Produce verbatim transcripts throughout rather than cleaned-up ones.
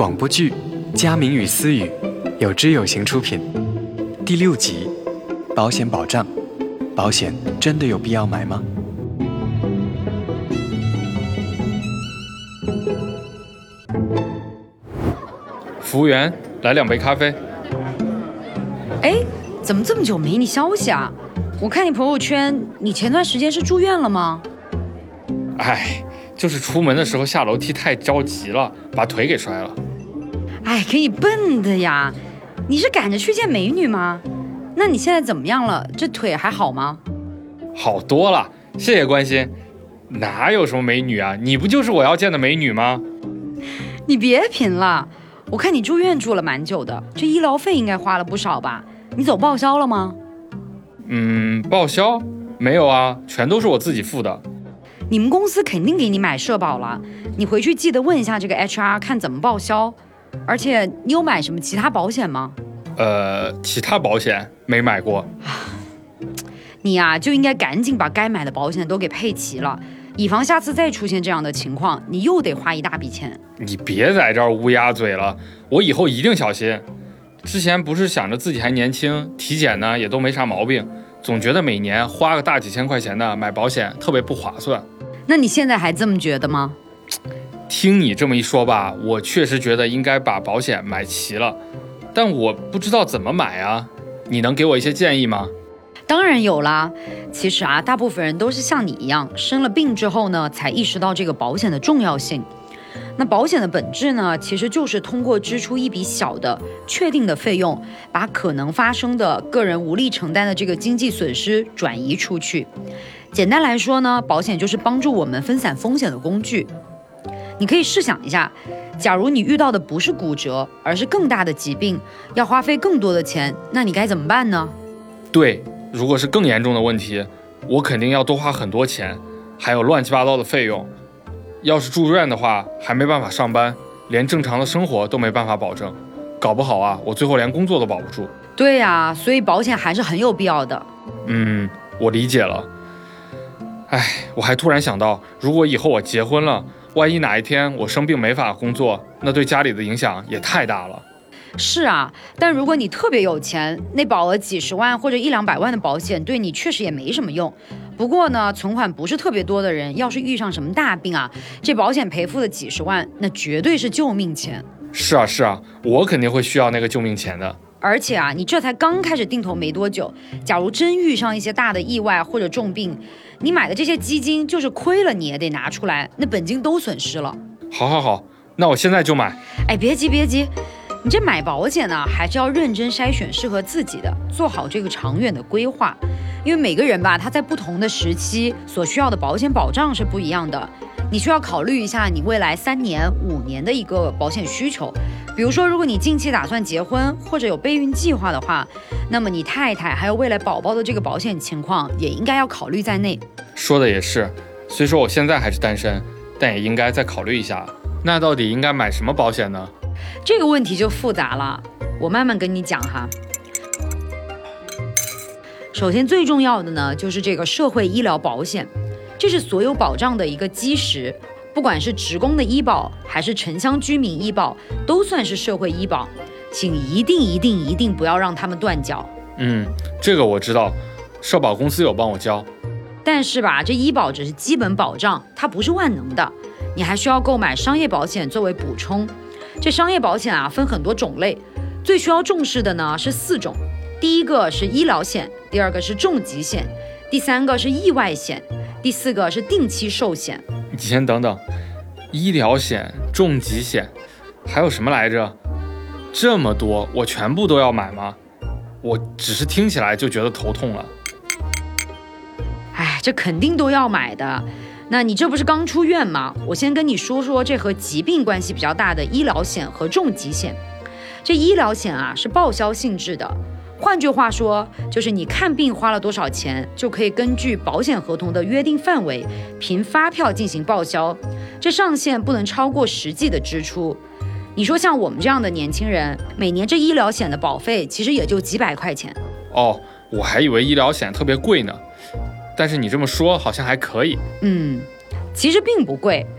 广播剧《佳明与思雨》有知有行出品，第六集，保险保障，保险真的有必要买吗？ 服务员，来两杯咖啡。 哎，怎么这么久没你消息啊？我看你朋友圈，你前段时间是住院了吗？ 哎，就是出门的时候下楼梯太着急了，把腿给摔了。 哎，给你笨的呀！你是赶着去见美女吗？那你现在怎么样了？这腿还好吗？ 好多了，谢谢关心。哪有什么美女啊？你不就是我要见的美女吗？ 你别贫了，我看你住院住了蛮久的，这医疗费应该花了不少吧？你走报销了吗？ 嗯，报销？没有啊，全都是我自己付的。 你们公司肯定给你买社保了，你回去记得问一下这个 H R 看怎么报销。而且你有买什么其他保险吗？ 呃，其他保险没买过。 你呀、啊，就应该赶紧把该买的保险都给配齐了，以防下次再出现这样的情况，你又得花一大笔钱。 你别在这儿乌鸦嘴了，我以后一定小心。之前不是想着自己还年轻，体检呢也都没啥毛病，总觉得每年花个大几千块钱的买保险特别不划算。 那你现在还这么觉得吗？ 听你这么一说吧，我确实觉得应该把保险买齐了，但我不知道怎么买啊，你能给我一些建议吗？ 当然有啦。其实啊，大部分人都是像你一样，生了病之后呢，才意识到这个保险的重要性。那保险的本质呢，其实就是通过支出一笔小的、确定的费用，把可能发生的个人无力承担的这个经济损失转移出去。简单来说呢，保险就是帮助我们分散风险的工具。你可以试想一下，假如你遇到的不是骨折，而是更大的疾病，要花费更多的钱，那你该怎么办呢？ 对，如果是更严重的问题，我肯定要多花很多钱，还有乱七八糟的费用。要是住院的话，还没办法上班，连正常的生活都没办法保证，搞不好啊，我最后连工作都保不住。 对呀，所以保险还是很有必要的。 嗯，我理解了。哎，我还突然想到，如果以后我结婚了，万一哪一天我生病没法工作，那对家里的影响也太大了。 是啊，但如果你特别有钱，那保额几十万或者一两百万的保险对你确实也没什么用。不过呢，存款不是特别多的人，要是遇上什么大病啊，这保险赔付的几十万，那绝对是救命钱。 是啊是啊，我肯定会需要那个救命钱的。 而且啊，你这才刚开始定投没多久，假如真遇上一些大的意外或者重病，你买的这些基金就是亏了你也得拿出来，那本金都损失了。 好好好，那我现在就买。 哎，别急别急，你这买保险呢，还是要认真筛选适合自己的，做好这个长远的规划。因为每个人吧，他在不同的时期所需要的保险保障是不一样的，你需要考虑一下你未来三年、五年的一个保险需求。比如说，如果你近期打算结婚或者有备孕计划的话，那么你太太还有未来宝宝的这个保险情况也应该要考虑在内。 说的也是，虽说我现在还是单身，但也应该再考虑一下。那到底应该买什么保险呢？ 这个问题就复杂了，我慢慢跟你讲哈。首先最重要的呢，就是这个社会医疗保险，这是所有保障的一个基石。不管是职工的医保还是城乡居民医保，都算是社会医保，请一定一定一定不要让他们断缴。 嗯，这个我知道，社保公司有帮我交。 但是吧，这医保只是基本保障，它不是万能的，你还需要购买商业保险作为补充。这商业保险啊，分很多种类，最需要重视的呢是四种。第一个是医疗险，第二个是重疾险，第三个是意外险，第四个是定期寿险。 你先等等，医疗险、重疾险，还有什么来着？这么多，我全部都要买吗？我只是听起来就觉得头痛了。 哎，这肯定都要买的。那你这不是刚出院吗？我先跟你说说这和疾病关系比较大的医疗险和重疾险。这医疗险啊是报销性质的，换句话说，就是你看病花了多少钱，就可以根据保险合同的约定范围，凭发票进行报销。这上限不能超过实际的支出。你说像我们这样的年轻人，每年这医疗险的保费其实也就几百块钱。 哦，我还以为医疗险特别贵呢。但是你这么说好像还可以。 嗯，其实并不贵。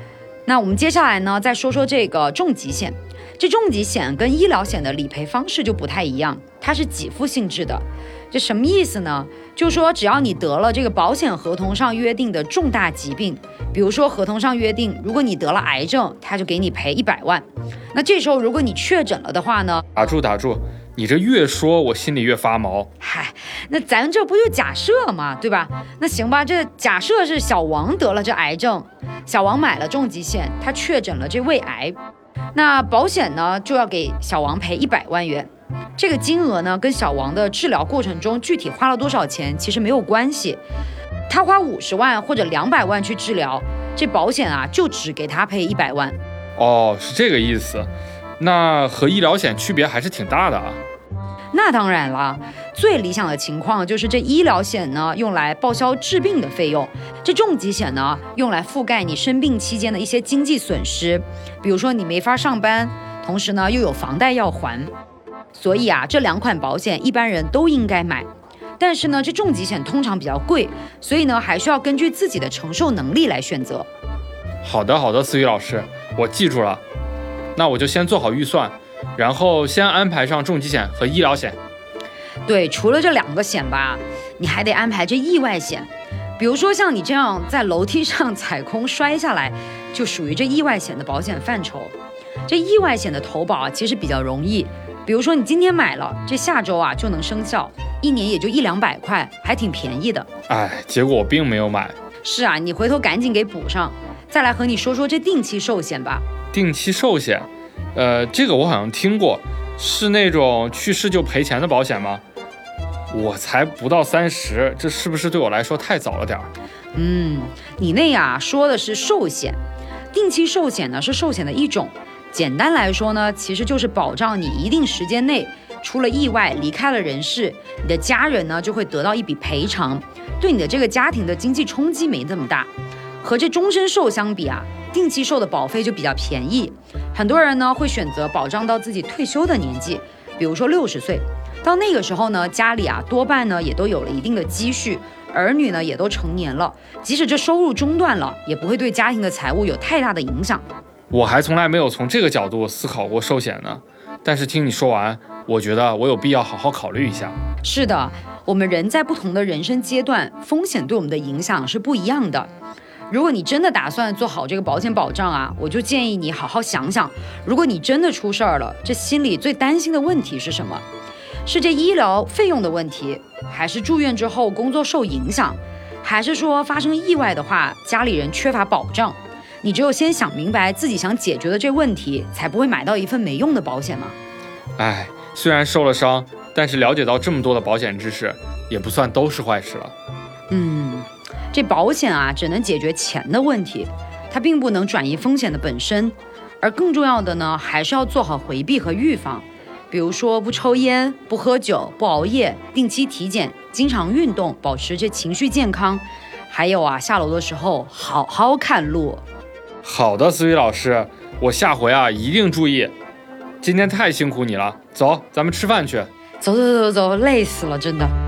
那我们接下来呢，再说说这个重疾险。这重疾险跟医疗险的理赔方式就不太一样，它是给付性质的。这什么意思呢？就是说只要你得了这个保险合同上约定的重大疾病，比如说合同上约定，如果你得了癌症，他就给你赔一百万。那这时候如果你确诊了的话呢？ 打住打住，你这越说我心里越发毛。 嗨，那咱这不就假设嘛，对吧？那行吧，这假设是小王得了这癌症，小王买了重疾险，他确诊了这胃癌。那保险呢就要给小王赔一百万元，这个金额呢跟小王的治疗过程中具体花了多少钱其实没有关系。他花五十万或者两百万去治疗，这保险啊就只给他赔一百万。 哦，是这个意思。那和医疗险区别还是挺大的啊。 那当然了，最理想的情况就是这医疗险呢用来报销治病的费用，这重疾险呢用来覆盖你生病期间的一些经济损失，比如说你没法上班，同时呢又有房贷要还。所以啊，这两款保险一般人都应该买。但是呢，这重疾险通常比较贵，所以呢还需要根据自己的承受能力来选择。 好的好的，思雨老师，我记住了。那我就先做好预算，然后先安排上重疾险和医疗险。 对，除了这两个险吧，你还得安排这意外险。比如说像你这样在楼梯上踩空摔下来，就属于这意外险的保险范畴。这意外险的投保啊，其实比较容易。比如说你今天买了，这下周啊就能生效，一年也就一两百块，还挺便宜的。 哎，结果我并没有买。 是啊，你回头赶紧给补上。再来和你说说这定期寿险吧。 定期寿险，呃，这个我好像听过，是那种去世就赔钱的保险吗？我才不到三十，这是不是对我来说太早了点儿？ 嗯，你那呀说的是寿险，定期寿险呢是寿险的一种。简单来说呢，其实就是保障你一定时间内出了意外离开了人世，你的家人呢就会得到一笔赔偿，对你的这个家庭的经济冲击没这么大。和这终身寿相比啊，定期寿的保费就比较便宜。很多人呢会选择保障到自己退休的年纪，比如说六十岁。到那个时候呢，家里啊多半呢也都有了一定的积蓄，儿女呢也都成年了，即使这收入中断了，也不会对家庭的财务有太大的影响。 我还从来没有从这个角度思考过寿险呢，但是听你说完，我觉得我有必要好好考虑一下。 是的，我们人在不同的人生阶段，风险对我们的影响是不一样的。如果你真的打算做好这个保险保障啊，我就建议你好好想想，如果你真的出事儿了，这心里最担心的问题是什么？是这医疗费用的问题，还是住院之后工作受影响，还是说发生意外的话，家里人缺乏保障？你只有先想明白自己想解决的这问题，才不会买到一份没用的保险嘛。 哎，虽然受了伤，但是了解到这么多的保险知识，也不算都是坏事了。 嗯，这保险啊，只能解决钱的问题，它并不能转移风险的本身。而更重要的呢，还是要做好回避和预防。比如说不抽烟、不喝酒、不熬夜，定期体检，经常运动，保持这情绪健康。还有啊，下楼的时候好好看路。 好的，思雨老师，我下回啊一定注意。今天太辛苦你了，走，咱们吃饭去。 走走走走，累死了，真的。